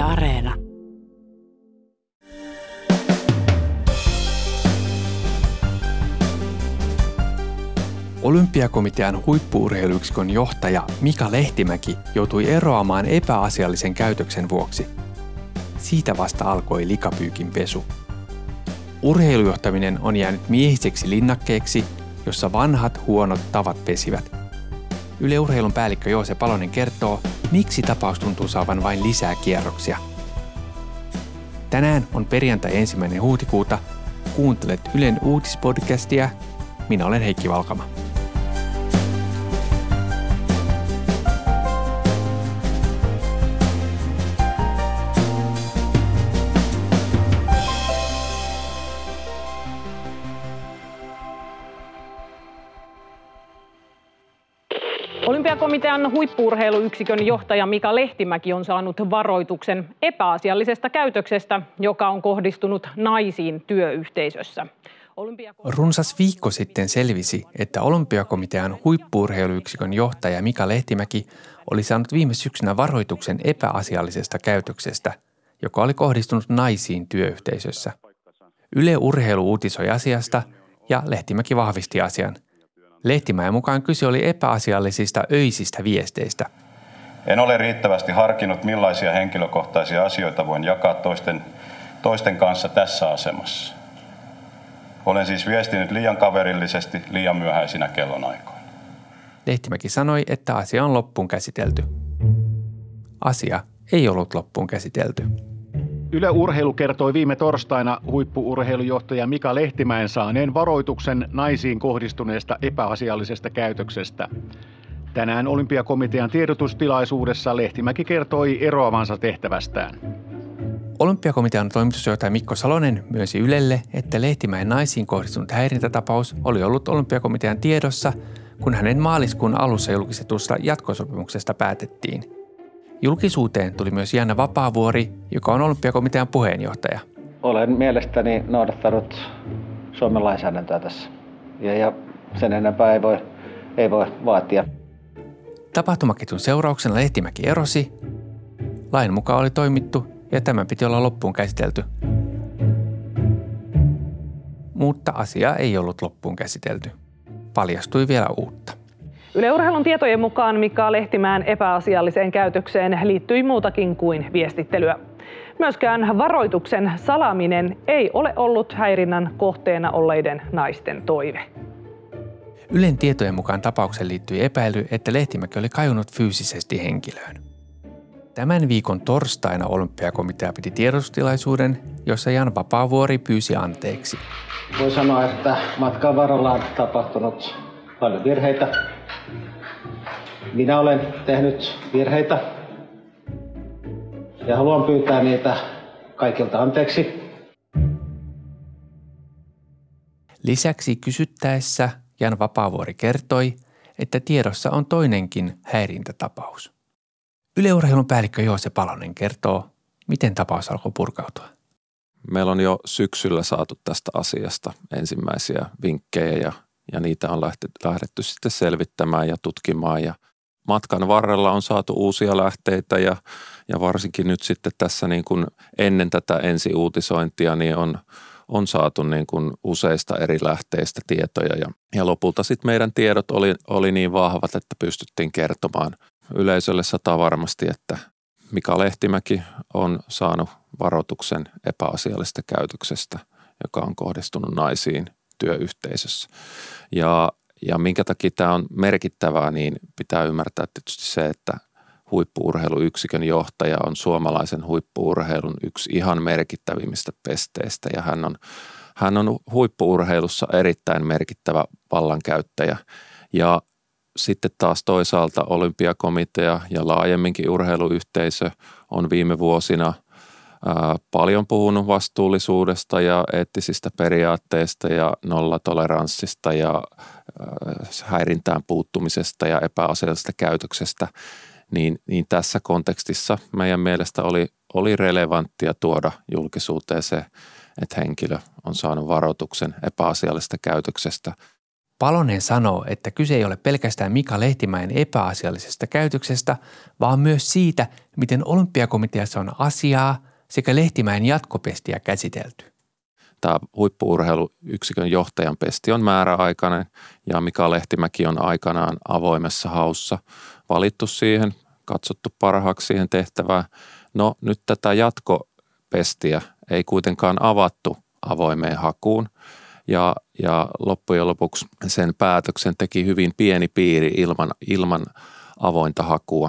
Areena. Olympiakomitean huippu-urheiluyksikön johtaja Mika Lehtimäki joutui eroamaan epäasiallisen käytöksen vuoksi. Siitä vasta alkoi likapyykin pesu. Urheilujohtaminen on jäänyt miehiseksi linnakkeeksi, jossa vanhat huonot tavat pesivät. Yle Urheilun päällikkö Joose Palonen kertoo, miksi tapaus tuntuu saavan vain lisää kierroksia. Tänään on perjantai 1. huhtikuuta. Kuuntelet Ylen uutispodcastia. Minä olen Heikki Valkama. Olympiakomitean huippu-urheiluyksikön johtaja Mika Lehtimäki on saanut varoituksen epäasiallisesta käytöksestä, joka on kohdistunut naisiin työyhteisössä. Runsas viikko sitten selvisi, että Olympiakomitean huippu-urheiluyksikön johtaja Mika Lehtimäki oli saanut viime syksynä varoituksen epäasiallisesta käytöksestä, joka oli kohdistunut naisiin työyhteisössä. Yle Urheilu uutisoi asiasta ja Lehtimäki vahvisti asian. Lehtimäen mukaan kyse oli epäasiallisista öisistä viesteistä. En ole riittävästi harkinnut, millaisia henkilökohtaisia asioita voin jakaa toisten kanssa tässä asemassa. Olen siis viestinyt liian kaverillisesti liian myöhäisinä kellonaikoina. Lehtimäki sanoi, että asia on loppuun käsitelty. Asia ei ollut loppuun käsitelty. Yle Urheilu kertoi viime torstaina huippu-urheilujohtaja Mika Lehtimäen saaneen varoituksen naisiin kohdistuneesta epäasiallisesta käytöksestä. Tänään Olympiakomitean tiedotustilaisuudessa Lehtimäki kertoi eroavansa tehtävästään. Olympiakomitean toimitusjohtaja Mikko Salonen myönsi Ylelle, että Lehtimäen naisiin kohdistunut häirintätapaus oli ollut Olympiakomitean tiedossa, kun hänen maaliskuun alussa julkistetusta jatkosopimuksesta päätettiin. Julkisuuteen tuli myös Janna Vapaavuori, joka on Olympiakomitean puheenjohtaja. Olen mielestäni noudattanut Suomen lainsäädäntöä tässä ja sen enempää ei voi vaatia. Tapahtumaketjun seurauksena Lehtimäki erosi. Lain mukaan oli toimittu ja tämän piti olla loppuun käsitelty. Mutta asia ei ollut loppuun käsitelty. Paljastui vielä uutta. Yle Urheilun tietojen mukaan Mika Lehtimäen epäasialliseen käytökseen liittyi muutakin kuin viestittelyä. Myöskään varoituksen salaaminen ei ole ollut häirinnän kohteena olleiden naisten toive. Ylen tietojen mukaan tapaukseen liittyi epäily, että Lehtimäki oli kajonnut fyysisesti henkilöön. Tämän viikon torstaina Olympiakomitea piti tiedotustilaisuuden, jossa Jan Vapaavuori pyysi anteeksi. Voi sanoa, että matkan varrella on tapahtunut paljon virheitä. Minä olen tehnyt virheitä ja haluan pyytää niitä kaikilta anteeksi. Lisäksi kysyttäessä Jan Vapaavuori kertoi, että tiedossa on toinenkin häirintätapaus. Yle Urheilun päällikkö Joose Palonen kertoo, miten tapaus alkoi purkautua. Meillä on jo syksyllä saatu tästä asiasta ensimmäisiä vinkkejä ja niitä on lähdetty sitten selvittämään ja tutkimaan. Ja matkan varrella on saatu uusia lähteitä ja varsinkin nyt sitten tässä niin kuin ennen tätä ensiuutisointia niin on saatu niin kuin useista eri lähteistä tietoja. Ja lopulta sitten meidän tiedot oli niin vahvat, että pystyttiin kertomaan yleisölle varmasti, että Mika Lehtimäki on saanut varoituksen epäasiallisesta käytöksestä, joka on kohdistunut naisiin työyhteisössä. Ja minkä takia tämä on merkittävää, niin pitää ymmärtää tietysti se, että huippu-urheiluyksikön johtaja on suomalaisen huippu-urheilun yksi ihan merkittävimmistä pesteistä ja hän on huippu-urheilussa erittäin merkittävä vallankäyttäjä ja sitten taas toisaalta Olympiakomitea ja laajemminkin urheiluyhteisö on viime vuosina paljon puhunut vastuullisuudesta ja eettisistä periaatteista ja nollatoleranssista ja häirintään puuttumisesta ja epäasiallisesta käytöksestä, niin tässä kontekstissa meidän mielestä oli relevanttia tuoda julkisuuteen se, että henkilö on saanut varoituksen epäasiallisesta käytöksestä. Palonen sanoo, että kyse ei ole pelkästään Mika Lehtimäen epäasiallisesta käytöksestä, vaan myös siitä, miten olympiakomiteassa on asiaa sekä Lehtimäen jatkopestiä käsitelty. Tämä huippu-urheiluyksikön johtajan pesti on määräaikainen ja Mika Lehtimäki on aikanaan avoimessa haussa valittu siihen, katsottu parhaaksi siihen tehtävään. No nyt tätä jatkopestiä ei kuitenkaan avattu avoimeen hakuun ja loppujen lopuksi sen päätöksen teki hyvin pieni piiri ilman avointa hakua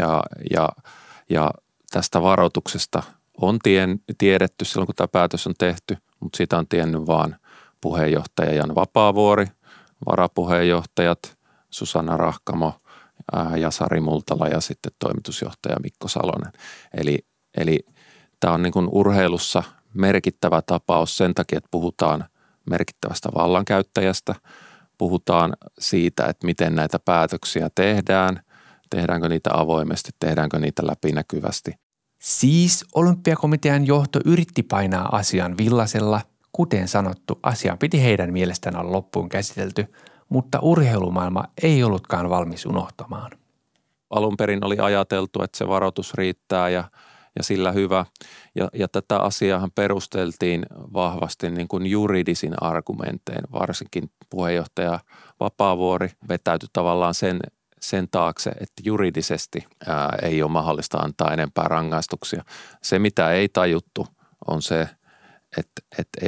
ja tästä varoituksesta on tiedetty silloin, kun tämä päätös on tehty, mutta siitä on tiennyt vaan puheenjohtaja Jan Vapaavuori, varapuheenjohtajat Susanna Rahkamo ja Sari Multala ja sitten toimitusjohtaja Mikko Salonen. Eli tämä on niin kuin urheilussa merkittävä tapaus sen takia, että puhutaan merkittävästä vallankäyttäjästä, puhutaan siitä, että miten näitä päätöksiä tehdäänkö niitä avoimesti, tehdäänkö niitä läpinäkyvästi. Siis olympiakomitean johto yritti painaa asian villasella, kuten sanottu, asia piti heidän mielestään olla loppuun käsitelty, mutta urheilumaailma ei ollutkaan valmis unohtamaan. Alun perin oli ajateltu, että se varoitus riittää ja sillä hyvä. Ja tätä asiaahan perusteltiin vahvasti niin kuin juridisin argumentein, varsinkin puheenjohtaja Vapaavuori vetäytyi tavallaan sen taakse, että juridisesti ei ole mahdollista antaa enempää rangaistuksia. Se, mitä ei tajuttu, on se, että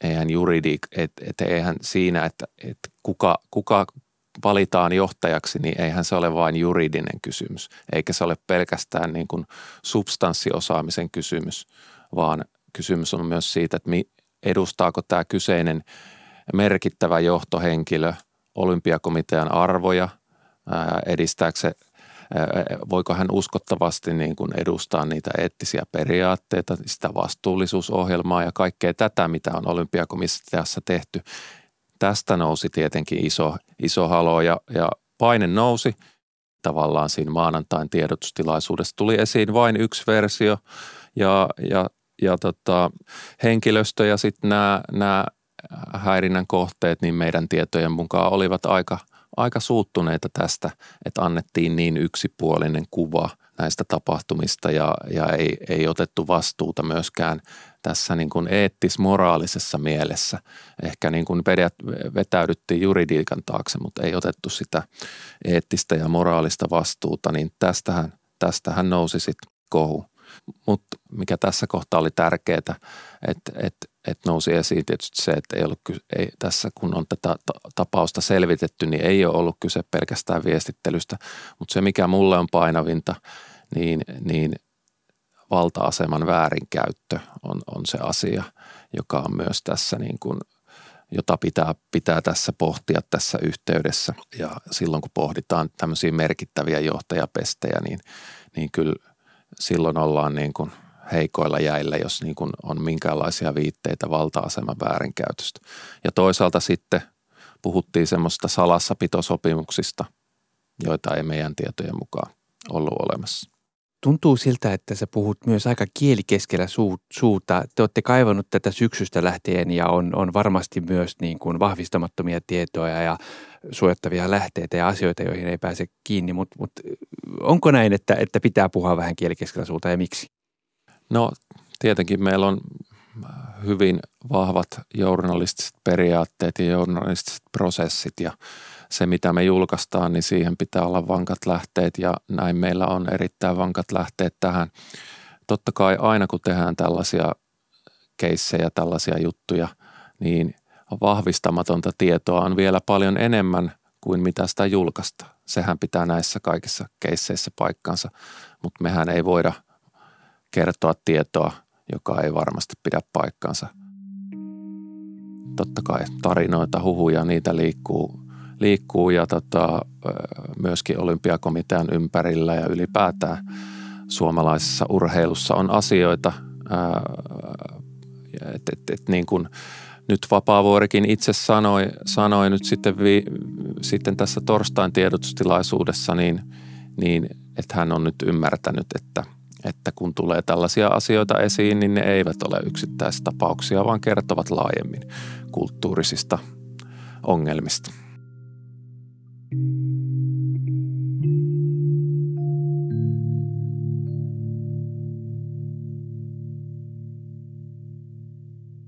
eihän siinä, että kuka valitaan johtajaksi, niin eihän se ole vain juridinen kysymys, eikä se ole pelkästään niin kuin substanssiosaamisen kysymys, vaan kysymys on myös siitä, että edustaako tämä kyseinen merkittävä johtohenkilö olympiakomitean arvoja, edistääkö se, voiko hän uskottavasti niin kuin edustaa niitä eettisiä periaatteita, sitä vastuullisuusohjelmaa ja kaikkea tätä, mitä on olympiakomiteassa tehty. Tästä nousi tietenkin iso halo ja paine nousi. Tavallaan siinä maanantain tiedotustilaisuudessa tuli esiin vain yksi versio ja henkilöstö ja sitten nämä häirinnän kohteet niin meidän tietojen mukaan olivat aika suuttuneita tästä, että annettiin niin yksipuolinen kuva näistä tapahtumista ja ei otettu vastuuta myöskään tässä niin kuin eettis-moraalisessa mielessä. Ehkä niin kuin vetäydyttiin juridiikan taakse, mutta ei otettu sitä eettistä ja moraalista vastuuta, niin tästähän nousi sitten kohu. Mutta mikä tässä kohtaa oli tärkeää, että nousi esiin tietysti se, että ei tässä kun on tätä tapausta selvitetty, niin ei ole ollut kyse pelkästään viestittelystä, mutta se mikä mulle on painavinta, niin valta-aseman väärinkäyttö on se asia, joka on myös tässä niin kuin, jota pitää tässä pohtia tässä yhteydessä ja silloin kun pohditaan tämmöisiä merkittäviä johtajapestejä, niin kyllä silloin ollaan niin kuin heikoilla jäillä, jos niin kuin on minkäänlaisia viitteitä valta-aseman väärinkäytöstä. Ja toisaalta sitten puhuttiin semmoista salassapitosopimuksista, joita ei meidän tietojen mukaan ollut olemassa. Tuntuu siltä, että sä puhut myös aika kieli keskellä suuta. Te olette kaivannut tätä syksystä lähtien ja on varmasti myös niin kuin vahvistamattomia tietoja ja suojattavia lähteitä ja asioita, joihin ei pääse kiinni. Mutta onko näin, että pitää puhua vähän kieli keskellä suuta ja miksi? No tietenkin meillä on hyvin vahvat journalistiset periaatteet ja journalistiset prosessit ja se, mitä me julkaistaan, niin siihen pitää olla vankat lähteet ja näin meillä on erittäin vankat lähteet tähän. Totta kai aina kun tehdään tällaisia keissejä, tällaisia juttuja, niin vahvistamatonta tietoa on vielä paljon enemmän kuin mitä sitä julkaista. Sehän pitää näissä kaikissa keisseissä paikkansa, mutta mehän ei voida kertoa tietoa, joka ei varmasti pidä paikkansa. Totta kai tarinoita, huhuja, niitä liikkuu ja myöskin olympiakomitean ympärillä ja ylipäätään suomalaisessa urheilussa on asioita, että niin kuin nyt Vapaavuorikin itse sanoi nyt sitten tässä torstain tiedotustilaisuudessa, niin että hän on nyt ymmärtänyt, että kun tulee tällaisia asioita esiin, niin ne eivät ole yksittäistapauksia, vaan kertovat laajemmin kulttuurisista ongelmista.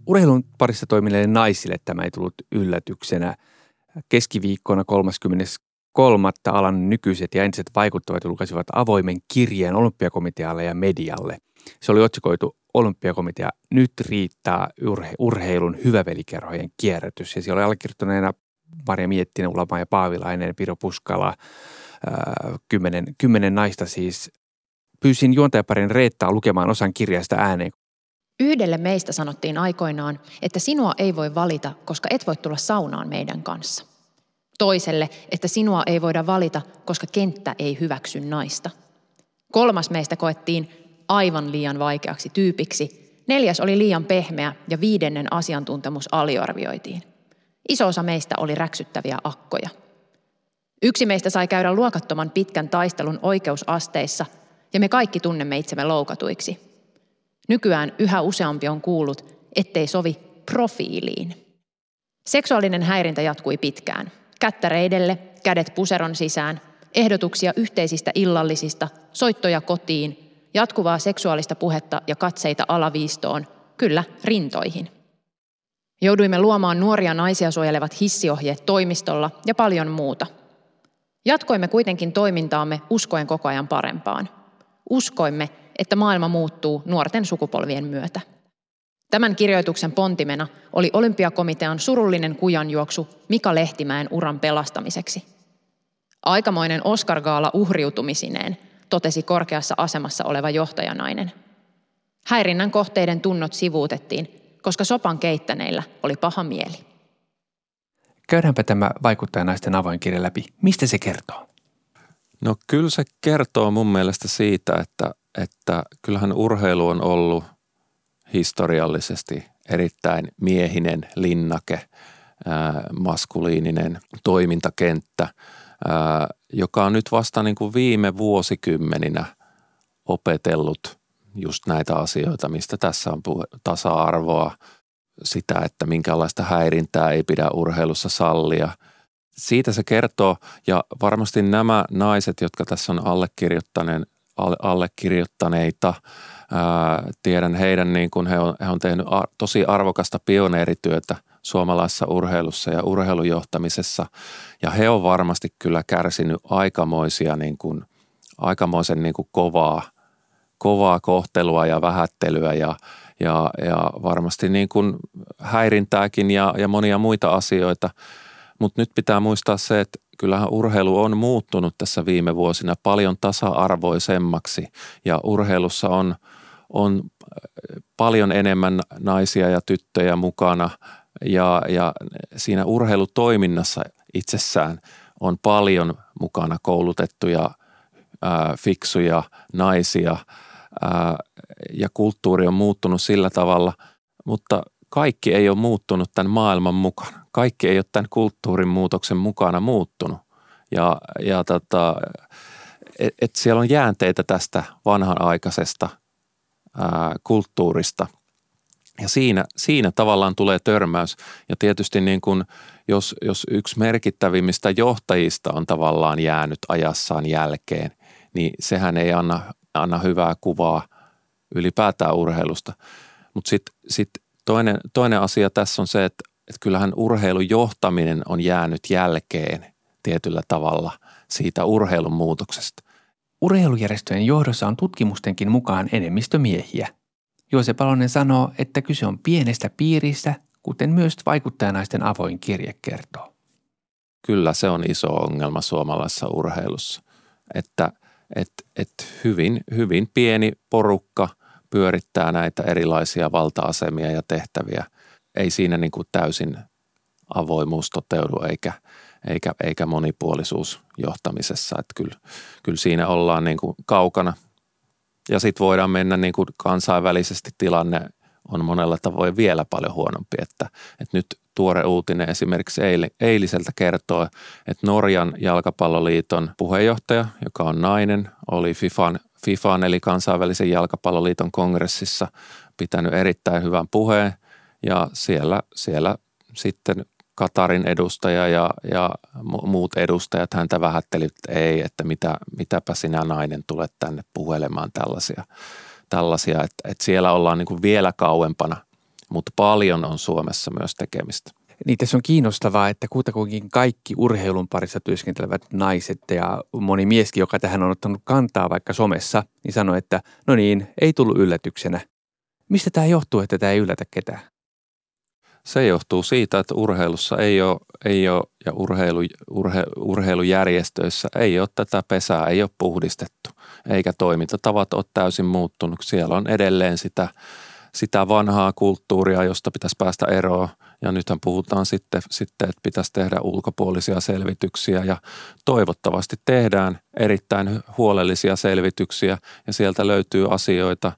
Urheilun parissa toimineille naisille tämä ei tullut yllätyksenä. Keskiviikkona 33. alan nykyiset ja entiset vaikuttavat julkaisivat avoimen kirjeen Olympiakomitealle ja medialle. Se oli otsikoitu Olympiakomitea, nyt riittää urheilun hyvävelikerhojen kierrätys. Ja siellä oli allekirjoittaneena Marja Miettinen, Ulla-Maija Paavilainen, Piro Puskala, 10 naista siis. Pyysin juontajaparin Reettaa lukemaan osan kirjasta ääneen. Yhdelle meistä sanottiin aikoinaan, että sinua ei voi valita, koska et voi tulla saunaan meidän kanssa. Toiselle, että sinua ei voida valita, koska kenttä ei hyväksy naista. 3. meistä koettiin aivan liian vaikeaksi tyypiksi. 4. oli liian pehmeä ja 5. asiantuntemus aliarvioitiin. Iso osa meistä oli räksyttäviä akkoja. 1 meistä sai käydä luokattoman pitkän taistelun oikeusasteissa ja me kaikki tunnemme itsemme loukatuiksi. Nykyään yhä useampi on kuullut, ettei sovi profiiliin. Seksuaalinen häirintä jatkui pitkään. Kättä reidelle, kädet puseron sisään, ehdotuksia yhteisistä illallisista, soittoja kotiin, jatkuvaa seksuaalista puhetta ja katseita alaviistoon, kyllä rintoihin. Jouduimme luomaan nuoria naisia suojelevat hissiohjeet toimistolla ja paljon muuta. Jatkoimme kuitenkin toimintaamme uskoen koko ajan parempaan. Uskoimme, että maailma muuttuu nuorten sukupolvien myötä. Tämän kirjoituksen pontimena oli Olympiakomitean surullinen kujanjuoksu Mika Lehtimäen uran pelastamiseksi. Aikamoinen Oscar-gaala uhriutumisineen, totesi korkeassa asemassa oleva johtajanainen. Häirinnän kohteiden tunnot sivuutettiin, koska sopan keittäneillä oli paha mieli. Käydäänpä tämä vaikuttajanaisten avoin kirja läpi. Mistä se kertoo? No kyllä se kertoo mun mielestä siitä, että kyllähän urheilu on ollut historiallisesti erittäin miehinen linnake, maskuliininen toimintakenttä, joka on nyt vasta niin kuin viime vuosikymmeninä opetellut just näitä asioita, mistä tässä on tasa-arvoa, sitä, että minkälaista häirintää ei pidä urheilussa sallia. Siitä se kertoo, ja varmasti nämä naiset, jotka tässä on allekirjoittaneita, tiedän heidän, niin kuin he on tehnyt tosi arvokasta pioneerityötä suomalaisessa urheilussa ja urheilujohtamisessa, ja he on varmasti kyllä kärsinyt aikamoisen niin kuin kovaa kohtelua ja vähättelyä ja varmasti niin kuin häirintääkin ja monia muita asioita. Mutta nyt pitää muistaa se, että kyllähän urheilu on muuttunut tässä viime vuosina paljon tasa-arvoisemmaksi ja urheilussa on paljon enemmän naisia ja tyttöjä mukana ja siinä urheilutoiminnassa itsessään on paljon mukana koulutettuja, fiksuja naisia ja kulttuuri on muuttunut sillä tavalla, mutta kaikki ei ole muuttunut tämän maailman mukana. Kaikki ei ole tämän kulttuurin muutoksen mukana muuttunut. Et siellä on jäänteitä tästä vanhanaikaisesta kulttuurista. Ja siinä tavallaan tulee törmäys. Ja tietysti niin kun, jos yksi merkittävimmistä johtajista on tavallaan jäänyt ajassaan jälkeen, niin sehän ei anna hyvää kuvaa ylipäätään urheilusta. Mutta sitten toinen asia tässä on se, että kyllähän urheilun johtaminen on jäänyt jälkeen tietyllä tavalla siitä urheilun muutoksesta. Urheilujärjestöjen johdossa on tutkimustenkin mukaan enemmistö miehiä. Joose Palonen sanoo, että kyse on pienestä piiristä, kuten myös vaikuttajanaisten avoin kirje kertoo. Kyllä se on iso ongelma suomalaisessa urheilussa, että hyvin pieni porukka pyörittää näitä erilaisia valta-asemia ja tehtäviä. Ei siinä niin kuin täysin avoimuus toteudu eikä monipuolisuus johtamisessa. Että kyllä siinä ollaan niin kuin kaukana. Ja sitten voidaan mennä niin kuin kansainvälisesti tilanne on monella tavoin vielä paljon huonompi. Että nyt tuore uutinen esimerkiksi eiliseltä kertoo, että Norjan jalkapalloliiton puheenjohtaja, joka on nainen, oli FIFAn eli kansainvälisen jalkapalloliiton kongressissa pitänyt erittäin hyvän puheen ja siellä sitten Katarin edustaja ja muut edustajat häntä vähättelivät, että ei, että mitäpä sinä nainen tulet tänne puhelemaan tällaisia että siellä ollaan niin kuin vielä kauempana mutta paljon on Suomessa myös tekemistä. Niin tässä on kiinnostavaa, että kutakuinkin kaikki urheilun parissa työskentelevät naiset ja moni mieskin, joka tähän on ottanut kantaa vaikka somessa, niin sanoi, että no niin, ei tullut yllätyksenä. Mistä tämä johtuu, että tämä ei yllätä ketään? Se johtuu siitä, että urheilussa ei ole ja urheilujärjestöissä ei ole tätä pesää, ei ole puhdistettu, eikä toimintatavat ole täysin muuttunut. Siellä on edelleen sitä vanhaa kulttuuria, josta pitäisi päästä eroon. Ja nythän puhutaan sitten, että pitäisi tehdä ulkopuolisia selvityksiä ja toivottavasti tehdään erittäin huolellisia selvityksiä ja sieltä löytyy asioita,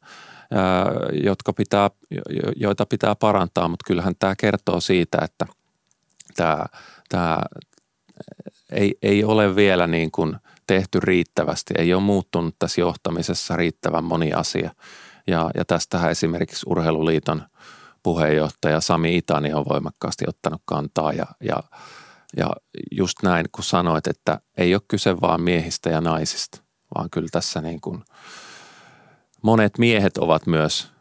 joita pitää parantaa, mutta kyllähän tämä kertoo siitä, että tämä ei ole vielä niin kuin tehty riittävästi, ei ole muuttunut tässä johtamisessa riittävän moni asia. Ja tästähän esimerkiksi Urheiluliiton puheenjohtaja Sami Itani on voimakkaasti ottanut kantaa ja just näin, kun sanoit, että ei ole kyse vaan miehistä ja naisista, vaan kyllä tässä niin kuin monet miehet ovat myös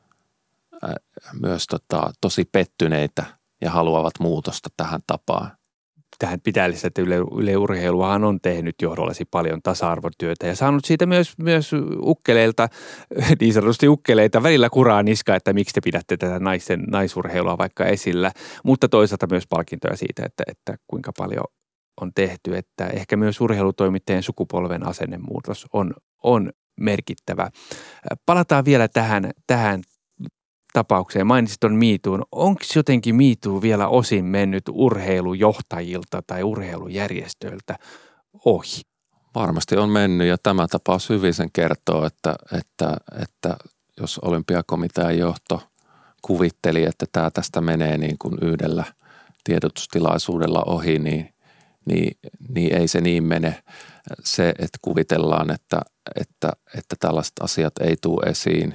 tosi pettyneitä ja haluavat muutosta tähän tapaan. Tähän pitää lisätä, että Yle Urheiluahan on tehnyt johdollasi paljon tasa-arvotyötä ja saanut siitä myös ukkeleilta, niin sanotusti ukkeleita välillä kuraa niskaa, että miksi te pidätte tätä naisurheilua vaikka esillä, mutta toisaalta myös palkintoja siitä, että kuinka paljon on tehty, että ehkä myös urheilutoimittajien sukupolven asennemuutos on merkittävä. Palataan vielä tähän tapaukseen. Mainitsit on Me Toon. Onko jotenkin Me Too vielä osin mennyt urheilujohtajilta tai urheilujärjestöiltä ohi? Varmasti on mennyt ja tämä tapaus hyvin sen kertoo, että jos Olympiakomitean johto kuvitteli, että tämä tästä menee niin kuin yhdellä tiedotustilaisuudella ohi, niin ei se niin mene. Se, että kuvitellaan, että tällaiset asiat ei tule esiin,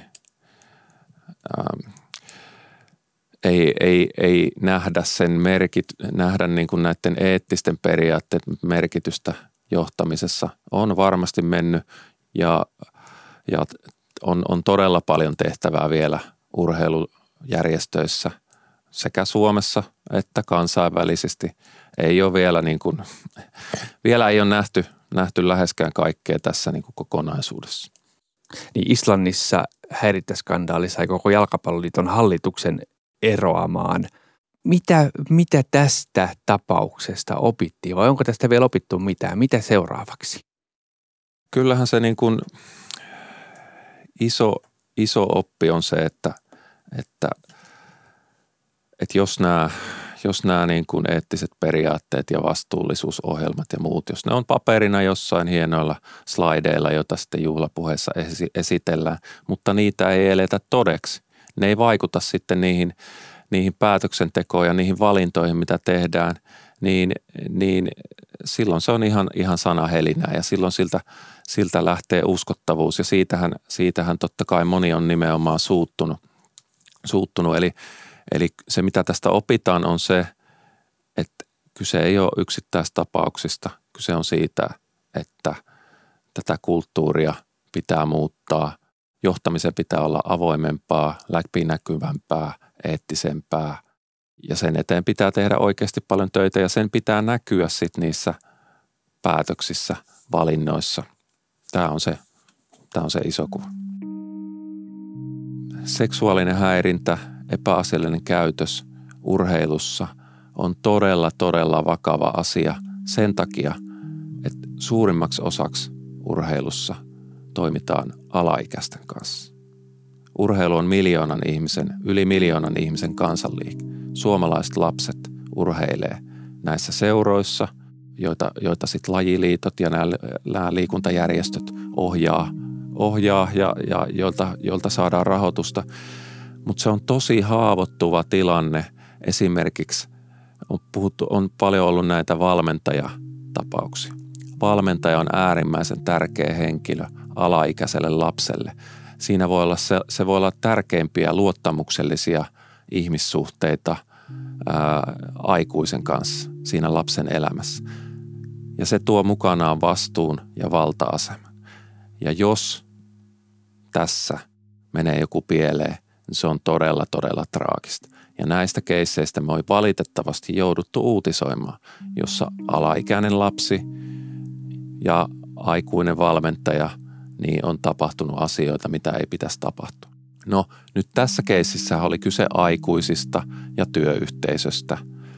ei nähdä nähdä niin kuin näiden eettisten periaatteiden merkitystä johtamisessa on varmasti mennyt ja on todella paljon tehtävää vielä urheilujärjestöissä sekä Suomessa että kansainvälisesti. Ei ole vielä vielä ei ole nähty läheskään kaikkea tässä niin kuin kokonaisuudessa. Niin Islannissa häirintäskandaali sai koko jalkapalloliiton hallituksen eroamaan. Mitä tästä tapauksesta opittiin vai onko tästä vielä opittu mitään? Mitä seuraavaksi? Kyllähän se niin kuin iso oppi on se, että jos nämä niin kuin eettiset periaatteet ja vastuullisuusohjelmat ja muut, jos ne on paperina jossain hienoilla slaideilla, joita sitten juhlapuheessa esitellään, mutta niitä ei eletä todeksi. Ne ei vaikuta sitten niihin päätöksentekoon ja niihin valintoihin, mitä tehdään, niin silloin se on ihan sanahelinää ja silloin siltä lähtee uskottavuus ja siitähän totta kai moni on nimenomaan suuttunut. Eli se, mitä tästä opitaan, on se, että kyse ei ole yksittäistapauksista. Kyse on siitä, että tätä kulttuuria pitää muuttaa. Johtamisen pitää olla avoimempaa, läpinäkyvämpää, eettisempää. Ja sen eteen pitää tehdä oikeasti paljon töitä ja sen pitää näkyä sitten niissä päätöksissä, valinnoissa. Tämä on se iso kuva. Seksuaalinen häirintä, epäasiallinen käytös urheilussa on todella vakava asia sen takia, että suurimmaksi osaksi urheilussa toimitaan alaikäisten kanssa. Urheilu on yli miljoonan ihmisen kansanliike. Suomalaiset lapset urheilee näissä seuroissa, joita sitten lajiliitot ja nämä liikuntajärjestöt ohjaa ja joilta saadaan rahoitusta. Mutta se on tosi haavoittuva tilanne. Esimerkiksi on paljon ollut näitä valmentajatapauksia. Valmentaja on äärimmäisen tärkeä henkilö alaikäiselle lapselle. Siinä voi olla se voi olla tärkeimpiä luottamuksellisia ihmissuhteita aikuisen kanssa siinä lapsen elämässä. Ja se tuo mukanaan vastuun ja valta-aseman. Ja jos tässä menee joku pieleen, niin se on todella traagista. Ja näistä keisseistä me on valitettavasti jouduttu uutisoimaan, jossa alaikäinen lapsi ja aikuinen valmentaja niin on tapahtunut asioita, mitä ei pitäisi tapahtua. No nyt tässä keississä oli kyse aikuisista ja työyhteisöstä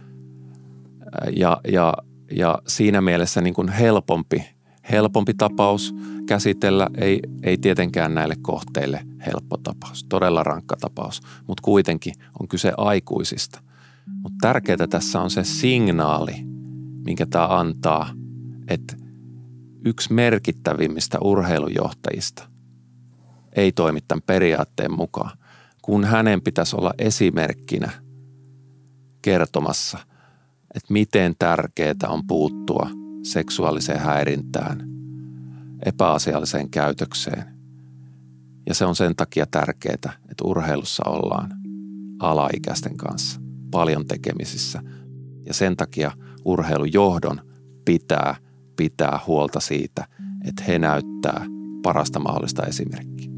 ja siinä mielessä niin kuin helpompi tapaus käsitellä, ei tietenkään näille kohteille helppo tapaus, todella rankka tapaus, mutta kuitenkin on kyse aikuisista. Mutta tärkeää tässä on se signaali, minkä tämä antaa, että yksi merkittävimmistä urheilujohtajista ei toimi tämän periaatteen mukaan, kun hänen pitäisi olla esimerkkinä kertomassa, että miten tärkeää on puuttua seksuaaliseen häirintään, epäasialliseen käytökseen. Ja se on sen takia tärkeää, että urheilussa ollaan alaikäisten kanssa paljon tekemisissä. Ja sen takia urheilujohdon pitää huolta siitä, että he näyttää parasta mahdollista esimerkkiä.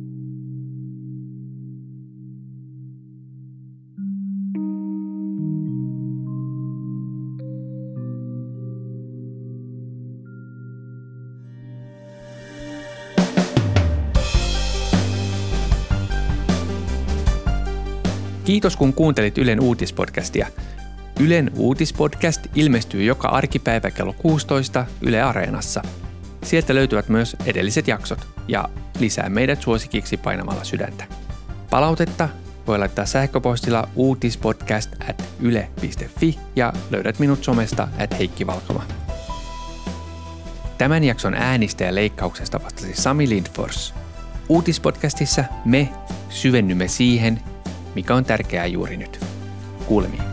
Kiitos kun kuuntelit Ylen uutispodcastia. Ylen uutispodcast ilmestyy joka arkipäivä kello 16 Yle Areenassa. Sieltä löytyvät myös edelliset jaksot ja lisää meidät suosikiksi painamalla sydäntä. Palautetta voi laittaa sähköpostilla uutispodcast@yle.fi ja löydät minut somesta @Heikki Valkama. Tämän jakson äänistä ja leikkauksesta vastasi Sami Lindfors. Uutispodcastissa me syvennymme siihen, mikä on tärkeää juuri nyt. Kuulemiin.